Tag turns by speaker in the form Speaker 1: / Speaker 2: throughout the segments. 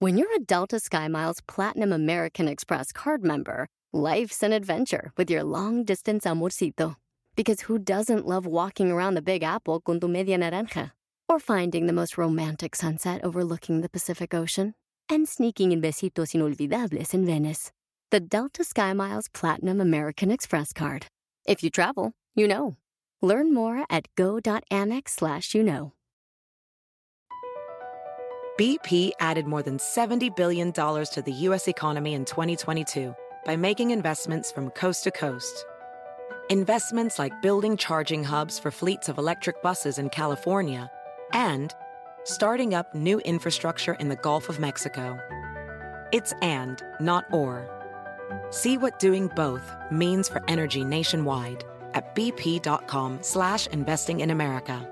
Speaker 1: When you're a Delta SkyMiles Platinum American Express card member, life's an adventure with your long-distance amorcito. Because who doesn't love walking around the Big Apple con tu media naranja? Or finding the most romantic sunset overlooking the Pacific Ocean? And sneaking in besitos inolvidables in Venice. The Delta SkyMiles Platinum American Express card. If you travel, you know. Learn more at go.amex/you-know.
Speaker 2: BP added more than $70 billion to the U.S. economy in 2022 by making investments from coast to coast. Investments like building charging hubs for fleets of electric buses in California and starting up new infrastructure in the Gulf of Mexico. It's and, not or. See what doing both means for energy nationwide at bp.com/investing in America.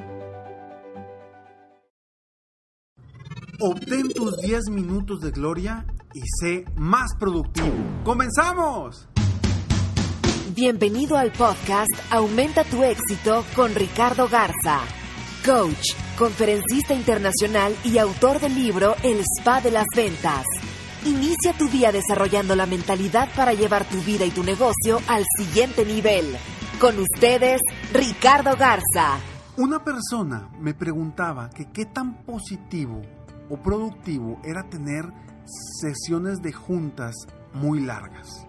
Speaker 3: Obtén tus 10 minutos de gloria y sé más productivo. ¡Comenzamos!
Speaker 4: Bienvenido al podcast Aumenta tu éxito con Ricardo Garza, coach, conferencista internacional y autor del libro El Spa de las Ventas. Inicia tu día desarrollando la mentalidad para llevar tu vida y tu negocio al siguiente nivel. Con ustedes, Ricardo Garza.
Speaker 3: Una persona me preguntaba que qué tan positivo o productivo era tener sesiones de juntas muy largas.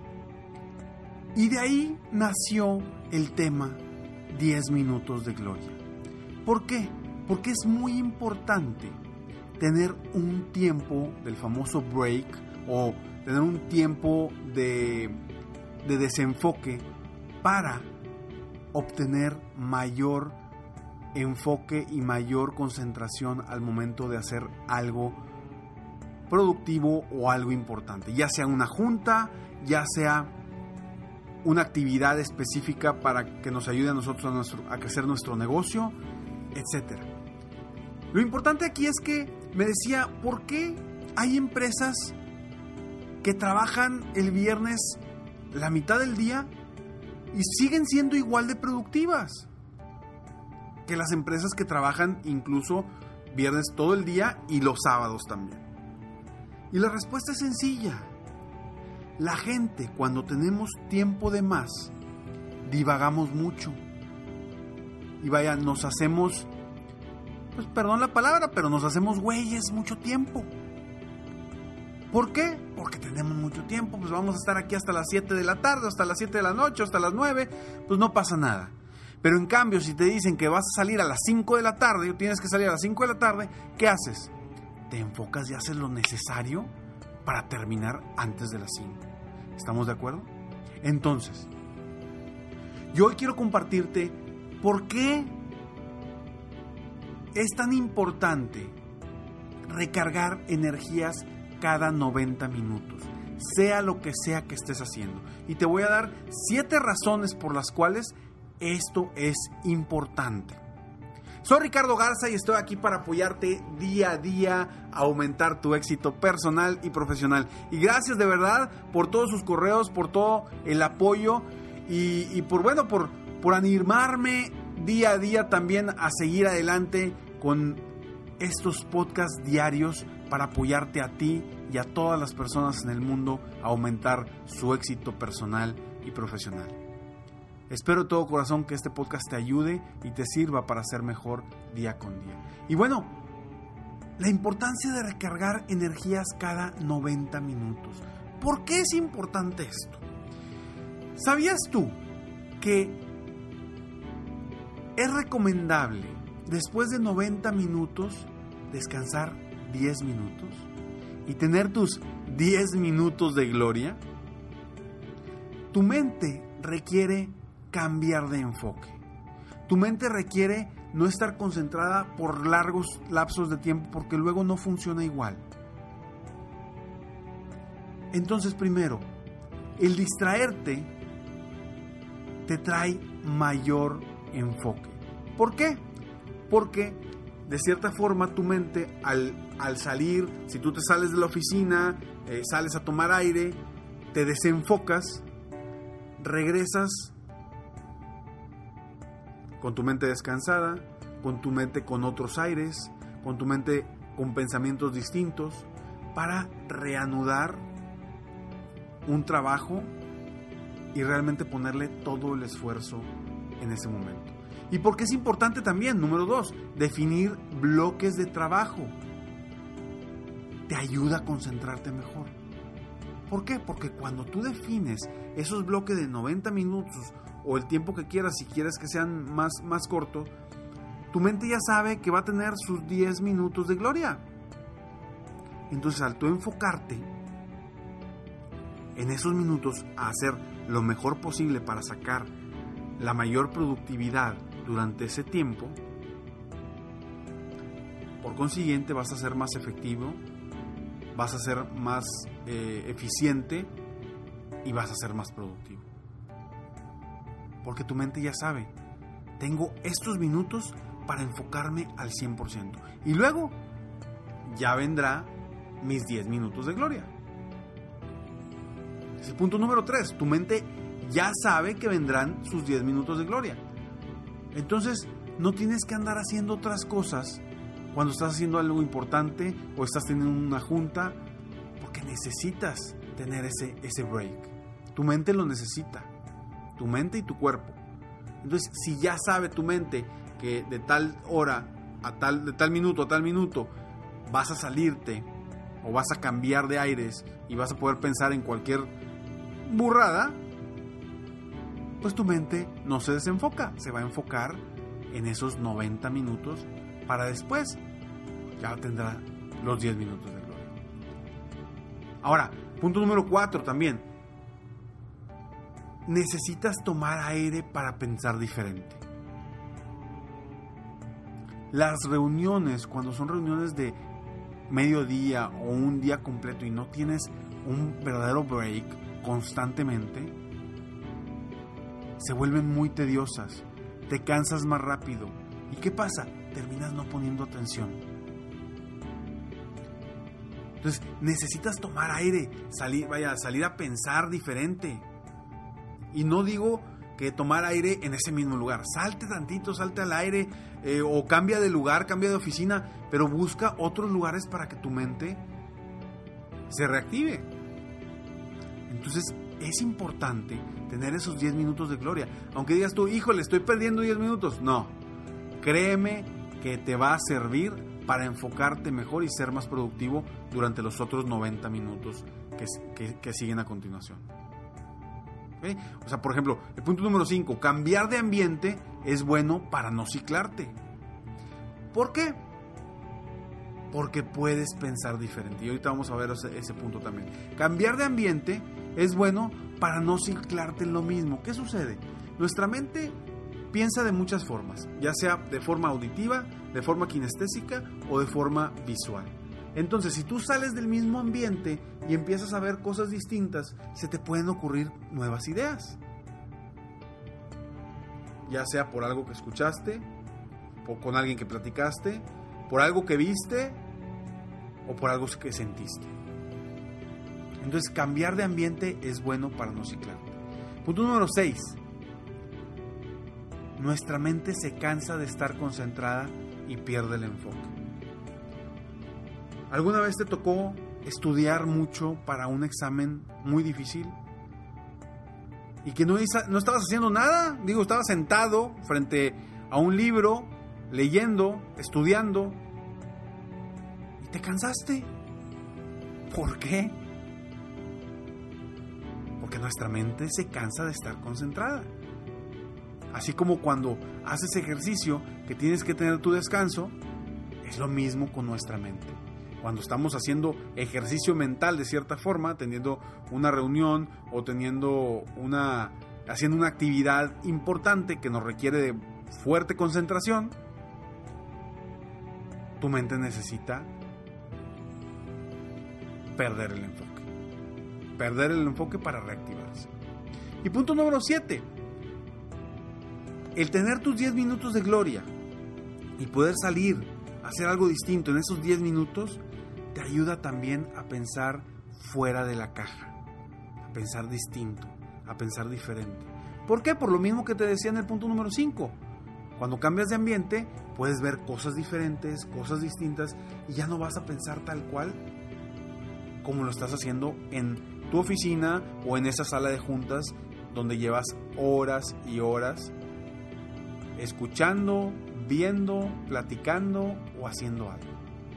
Speaker 3: Y de ahí nació el tema 10 minutos de gloria. ¿Por qué? Porque es muy importante tener un tiempo del famoso break o tener un tiempo de desenfoque para obtener mayor enfoque y mayor concentración al momento de hacer algo productivo o algo importante, ya sea una junta, ya sea una actividad específica para que nos ayude a nosotros a crecer nuestro negocio, etc. Lo importante aquí es que me decía, ¿por qué hay empresas que trabajan el viernes la mitad del día y siguen siendo igual de productivas que las empresas que trabajan incluso viernes todo el día y los sábados también? Y la respuesta es sencilla. La gente, cuando tenemos tiempo de más, divagamos mucho. Y vaya, nos hacemos, pues perdón la palabra, pero nos hacemos güeyes mucho tiempo. ¿Por qué? Porque tenemos mucho tiempo, pues vamos a estar aquí hasta las 7 de la tarde, hasta las 7 de la noche, hasta las 9, pues no pasa nada. Pero en cambio, si te dicen que vas a salir a las 5 de la tarde o tienes que salir a las 5 de la tarde, ¿qué haces? Te enfocas y haces lo necesario para terminar antes de las 5. ¿Estamos de acuerdo? Entonces, yo hoy quiero compartirte por qué es tan importante recargar energías cada 90 minutos, sea lo que sea que estés haciendo. Y te voy a dar 7 razones por las cuales esto es importante. Soy Ricardo Garza y estoy aquí para apoyarte día a día a aumentar tu éxito personal y profesional. Y gracias de verdad por todos sus correos, por todo el apoyo y por animarme día a día también a seguir adelante con estos podcasts diarios para apoyarte a ti y a todas las personas en el mundo a aumentar su éxito personal y profesional. Espero de todo corazón que este podcast te ayude y te sirva para ser mejor día con día. Y bueno, la importancia de recargar energías cada 90 minutos. ¿Por qué es importante esto? ¿Sabías tú que es recomendable después de 90 minutos descansar 10 minutos y tener tus 10 minutos de gloria? Tu mente requiere cambiar de enfoque. Tu mente requiere no estar concentrada por largos lapsos de tiempo porque luego no funciona igual. Entonces, primero, el distraerte te trae mayor enfoque. ¿Por qué? Porque de cierta forma tu mente al salir, si tú te sales de la oficina, sales a tomar aire, te desenfocas, regresas con tu mente descansada, con tu mente con otros aires, con tu mente con pensamientos distintos, para reanudar un trabajo y realmente ponerle todo el esfuerzo en ese momento. Y porque es importante también, número 2, definir bloques de trabajo. Te ayuda a concentrarte mejor. ¿Por qué? Porque cuando tú defines esos bloques de 90 minutos o el tiempo que quieras, si quieres que sean más cortos, tu mente ya sabe que va a tener sus 10 minutos de gloria. Entonces, al tú enfocarte en esos minutos a hacer lo mejor posible para sacar la mayor productividad durante ese tiempo, por consiguiente vas a ser más efectivo, vas a ser más eficiente y vas a ser más productivo. Porque tu mente ya sabe, tengo estos minutos para enfocarme al 100%. Y luego ya vendrá mis 10 minutos de gloria. Es el punto número 3. Tu mente ya sabe que vendrán sus 10 minutos de gloria. Entonces, no tienes que andar haciendo otras cosas cuando estás haciendo algo importante o estás teniendo una junta, porque necesitas tener ese break. Tu mente lo necesita. Tu mente y tu cuerpo. Entonces, si ya sabe tu mente que de tal hora de tal minuto a tal minuto vas a salirte o vas a cambiar de aires y vas a poder pensar en cualquier burrada, pues tu mente no se desenfoca, se va a enfocar en esos 90 minutos para después ya tendrá los 10 minutos de gloria. Ahora, punto número 4 también. Necesitas tomar aire para pensar diferente. Las reuniones, cuando son reuniones de mediodía o un día completo y no tienes un verdadero break constantemente, se vuelven muy tediosas, te cansas más rápido. ¿Y qué pasa? Terminas no poniendo atención. Entonces, necesitas tomar aire, salir a pensar diferente. Y no digo que tomar aire en ese mismo lugar. Salte tantito, salte al aire, o cambia de lugar, cambia de oficina, pero busca otros lugares para que tu mente se reactive. Entonces, es importante tener esos 10 minutos de gloria. Aunque digas tú, híjole, estoy perdiendo 10 minutos. No, créeme que te va a servir para enfocarte mejor y ser más productivo durante los otros 90 minutos que siguen a continuación. ¿Okay? O sea, por ejemplo, el punto número 5, cambiar de ambiente es bueno para no ciclarte. ¿Por qué? Porque puedes pensar diferente. Y ahorita vamos a ver ese punto también. Cambiar de ambiente es bueno para no ciclarte en lo mismo. ¿Qué sucede? Nuestra mente piensa de muchas formas, ya sea de forma auditiva, de forma kinestésica o de forma visual. Entonces, si tú sales del mismo ambiente y empiezas a ver cosas distintas, se te pueden ocurrir nuevas ideas. Ya sea por algo que escuchaste, o con alguien que platicaste, por algo que viste, o por algo que sentiste. Entonces, cambiar de ambiente es bueno para no ciclarte. Punto número 6. Nuestra mente se cansa de estar concentrada y pierde el enfoque. ¿Alguna vez te tocó estudiar mucho para un examen muy difícil? Y que no estabas haciendo nada. Digo, estabas sentado frente a un libro, leyendo, estudiando, y te cansaste. ¿Por qué? Porque nuestra mente se cansa de estar concentrada. Así como cuando haces ejercicio que tienes que tener tu descanso, es lo mismo con nuestra mente. Cuando estamos haciendo ejercicio mental de cierta forma, teniendo una reunión o haciendo una actividad importante que nos requiere de fuerte concentración, tu mente necesita perder el enfoque. Perder el enfoque para reactivarse. Y punto número 7. El tener tus 10 minutos de gloria y poder salir a hacer algo distinto en esos 10 minutos te ayuda también a pensar fuera de la caja, a pensar distinto, a pensar diferente. ¿Por qué? Por lo mismo que te decía en el punto número 5. Cuando cambias de ambiente puedes ver cosas diferentes, cosas distintas, y ya no vas a pensar tal cual como lo estás haciendo en tu oficina o en esa sala de juntas donde llevas horas y horas escuchando, viendo, platicando o haciendo algo.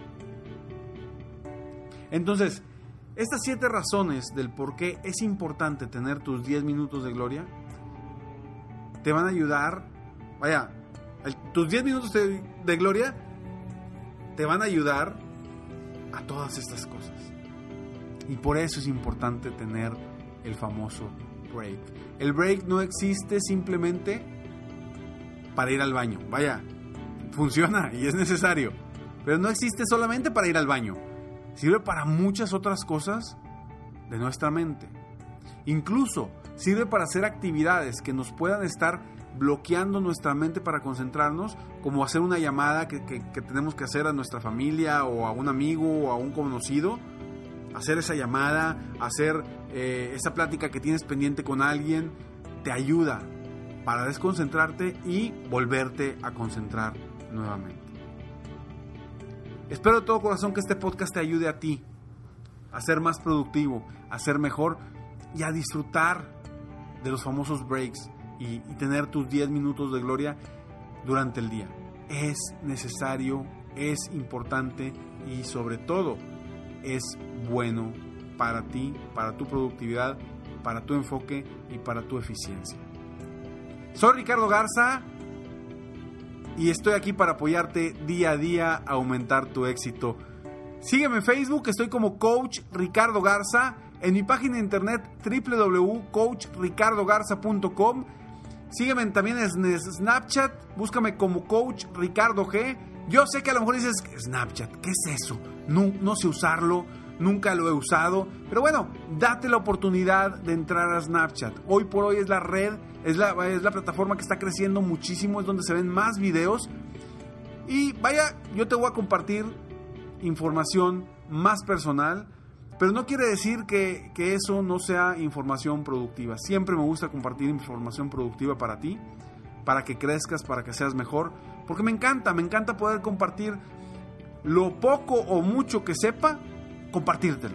Speaker 3: Entonces, estas 7 razones del por qué es importante tener tus 10 minutos de gloria te van a ayudar, tus 10 minutos de gloria te van a ayudar a todas estas cosas. Y por eso es importante tener el famoso break. El break no existe simplemente para ir al baño. Funciona y es necesario, pero no existe solamente para ir al baño. Sirve para muchas otras cosas de nuestra mente. Incluso sirve para hacer actividades que nos puedan estar bloqueando nuestra mente para concentrarnos, como hacer una llamada que tenemos que hacer a nuestra familia o a un amigo o a un conocido. Hacer esa llamada, hacer esa plática que tienes pendiente con alguien, te ayuda para desconcentrarte y volverte a concentrar nuevamente. Espero de todo corazón que este podcast te ayude a ti a ser más productivo, a ser mejor y a disfrutar de los famosos breaks y tener tus 10 minutos de gloria durante el día. Es necesario, es importante y sobre todo es bueno para ti, para tu productividad, para tu enfoque y para tu eficiencia. Soy Ricardo Garza y estoy aquí para apoyarte día a día a aumentar tu éxito. Sígueme en Facebook, estoy como Coach Ricardo Garza, en mi página de internet www.coachricardogarza.com. Sígueme también en Snapchat, búscame como Coach Ricardo G. Yo sé que a lo mejor dices, Snapchat, ¿qué es eso? No sé usarlo, nunca lo he usado, pero bueno, date la oportunidad de entrar a Snapchat. Hoy por hoy es la red, es la plataforma que está creciendo muchísimo, es donde se ven más videos. Y yo te voy a compartir información más personal, pero no quiere decir que eso no sea información productiva. Siempre me gusta compartir información productiva para ti, para que crezcas, para que seas mejor, porque me encanta poder compartir lo poco o mucho que sepa, compartírtelo.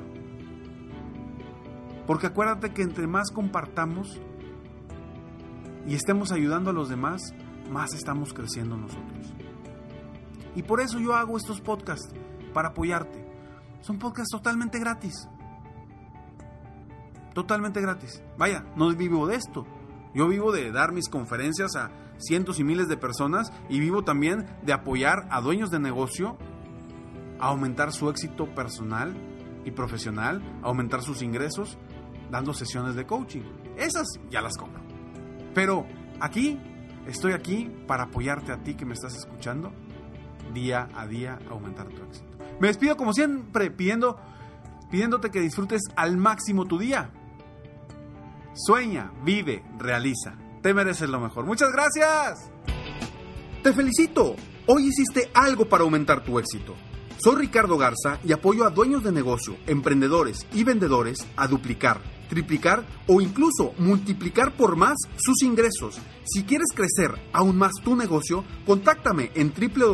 Speaker 3: Porque acuérdate que entre más compartamos y estemos ayudando a los demás, más estamos creciendo nosotros. Y por eso yo hago estos podcasts, para apoyarte. Son podcasts totalmente gratis. Totalmente gratis. No vivo de esto. Yo vivo de dar mis conferencias a cientos y miles de personas y vivo también de apoyar a dueños de negocio a aumentar su éxito personal y profesional, a aumentar sus ingresos, dando sesiones de coaching. Esas ya las compro. Pero estoy aquí para apoyarte a ti que me estás escuchando día a día a aumentar tu éxito. Me despido como siempre pidiéndote que disfrutes al máximo tu día. Sueña, vive, realiza. Te mereces lo mejor. ¡Muchas gracias! ¡Te felicito! Hoy hiciste algo para aumentar tu éxito. Soy Ricardo Garza y apoyo a dueños de negocio, emprendedores y vendedores a duplicar, triplicar o incluso multiplicar por más sus ingresos. Si quieres crecer aún más tu negocio, contáctame en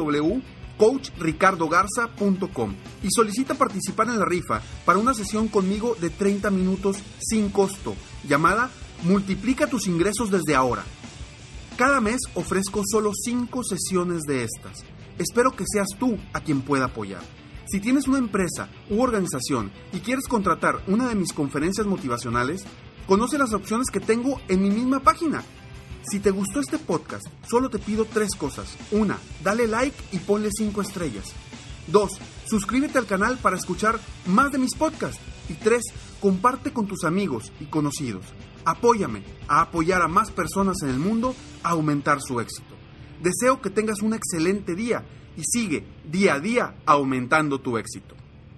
Speaker 3: www.coachricardogarza.com y solicita participar en la rifa para una sesión conmigo de 30 minutos sin costo, llamada Multiplica tus ingresos desde ahora. Cada mes ofrezco solo 5 sesiones de estas. Espero que seas tú a quien pueda apoyar. Si tienes una empresa u organización y quieres contratar una de mis conferencias motivacionales, conoce las opciones que tengo en mi misma página. Si te gustó este podcast, solo te pido 3 cosas. 1. Dale like y ponle 5 estrellas. 2. Suscríbete al canal para escuchar más de mis podcasts. Y 3. Comparte con tus amigos y conocidos. Apóyame a apoyar a más personas en el mundo a aumentar su éxito. Deseo que tengas un excelente día y sigue día a día aumentando tu éxito.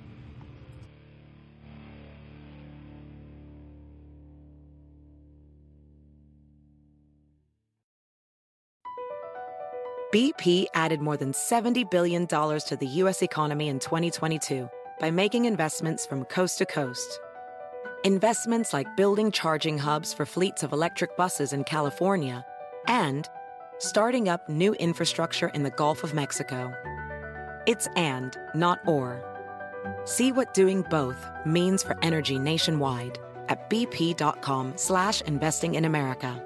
Speaker 2: BP added more than $70 billion to the U.S. economy in 2022 by making investments from coast to coast. Investments like building charging hubs for fleets of electric buses in California and starting up new infrastructure in the Gulf of Mexico. It's and, not or. See what doing both means for energy nationwide at bp.com/investing in America.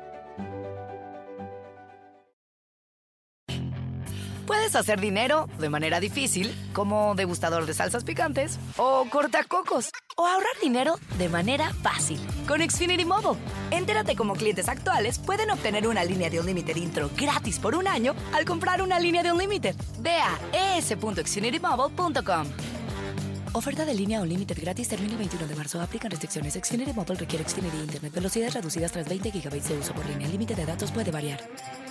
Speaker 5: Puedes hacer dinero de manera difícil, como degustador de salsas picantes, o cortacocos, o ahorrar dinero de manera fácil con Xfinity Mobile. Entérate cómo clientes actuales pueden obtener una línea de Unlimited intro gratis por un año al comprar una línea de Unlimited. Ve a es.xfinitymobile.com. Oferta de línea Unlimited gratis termina el 21 de marzo. Aplican restricciones. Xfinity Mobile requiere Xfinity Internet. Velocidades reducidas tras 20 GB de uso por línea. El límite de datos puede variar.